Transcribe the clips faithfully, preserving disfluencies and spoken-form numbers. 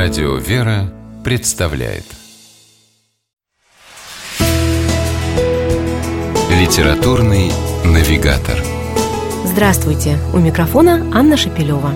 Радио «Вера» представляет Литературный навигатор. Здравствуйте! У микрофона Анна Шепелева.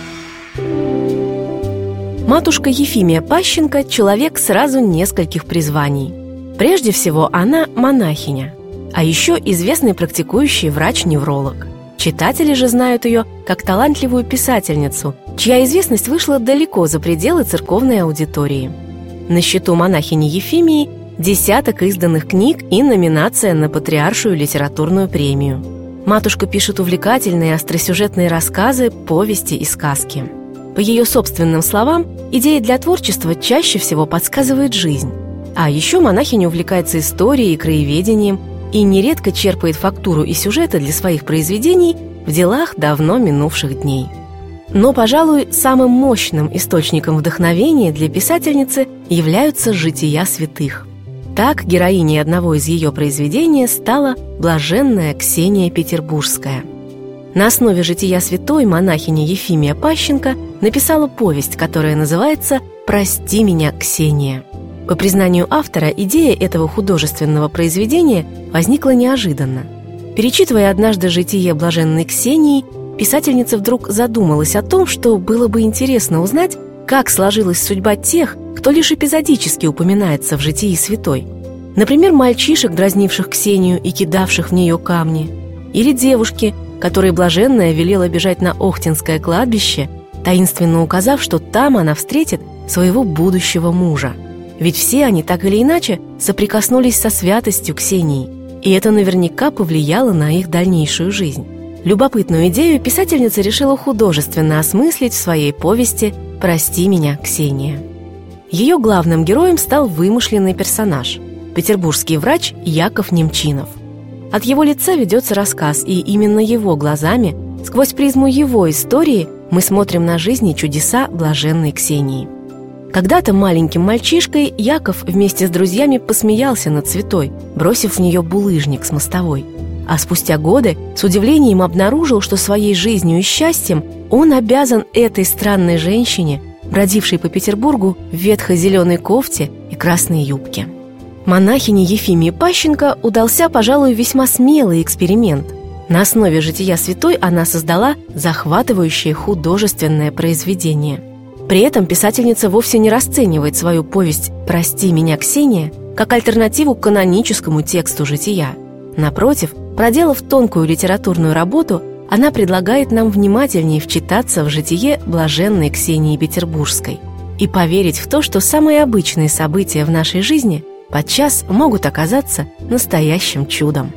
Матушка Ефимия Пащенко – человек сразу нескольких призваний. Прежде всего, она монахиня, а еще известный практикующий врач-невролог. Читатели же знают ее как талантливую писательницу, чья известность вышла далеко за пределы церковной аудитории. На счету монахини Ефимии десяток изданных книг и номинация на Патриаршую литературную премию. Матушка пишет увлекательные остросюжетные рассказы, повести и сказки. По ее собственным словам, идеи для творчества чаще всего подсказывает жизнь. А еще монахиня увлекается историей и краеведением и нередко черпает фактуру и сюжеты для своих произведений в делах давно минувших дней. Но, пожалуй, самым мощным источником вдохновения для писательницы являются жития святых. Так героиней одного из ее произведений стала блаженная Ксения Петербургская. На основе жития святой монахиня Ефимия Пащенко написала повесть, которая называется «Прости меня, Ксения». По признанию автора, идея этого художественного произведения возникла неожиданно. Перечитывая однажды житие блаженной Ксении, писательница вдруг задумалась о том, что было бы интересно узнать, как сложилась судьба тех, кто лишь эпизодически упоминается в житии святой. Например, мальчишек, дразнивших Ксению и кидавших в нее камни, или девушки, которой блаженная велела бежать на Охтинское кладбище, таинственно указав, что там она встретит своего будущего мужа. Ведь все они так или иначе соприкоснулись со святостью Ксении, и это наверняка повлияло на их дальнейшую жизнь. Любопытную идею писательница решила художественно осмыслить в своей повести «Прости меня, Ксения». Ее главным героем стал вымышленный персонаж – петербургский врач Яков Немчинов. От его лица ведется рассказ, и именно его глазами, сквозь призму его истории, мы смотрим на жизнь и чудеса блаженной Ксении. Когда-то маленьким мальчишкой Яков вместе с друзьями посмеялся над святой, бросив в нее булыжник с мостовой. А спустя годы с удивлением обнаружил, что своей жизнью и счастьем он обязан этой странной женщине, бродившей по Петербургу в ветхо-зеленой кофте и красной юбке. Монахине Ефимии Пащенко удался, пожалуй, весьма смелый эксперимент. На основе жития святой она создала захватывающее художественное произведение. При этом писательница вовсе не расценивает свою повесть «Прости меня, Ксения» как альтернативу к каноническому тексту жития. Напротив, проделав тонкую литературную работу, она предлагает нам внимательнее вчитаться в житие блаженной Ксении Петербургской и поверить в то, что самые обычные события в нашей жизни подчас могут оказаться настоящим чудом.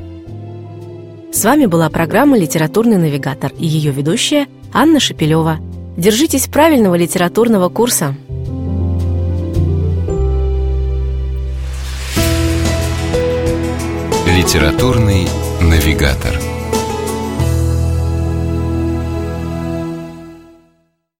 С вами была программа «Литературный навигатор» и ее ведущая Анна Шепелева. Держитесь правильного литературного курса. Литературный навигатор.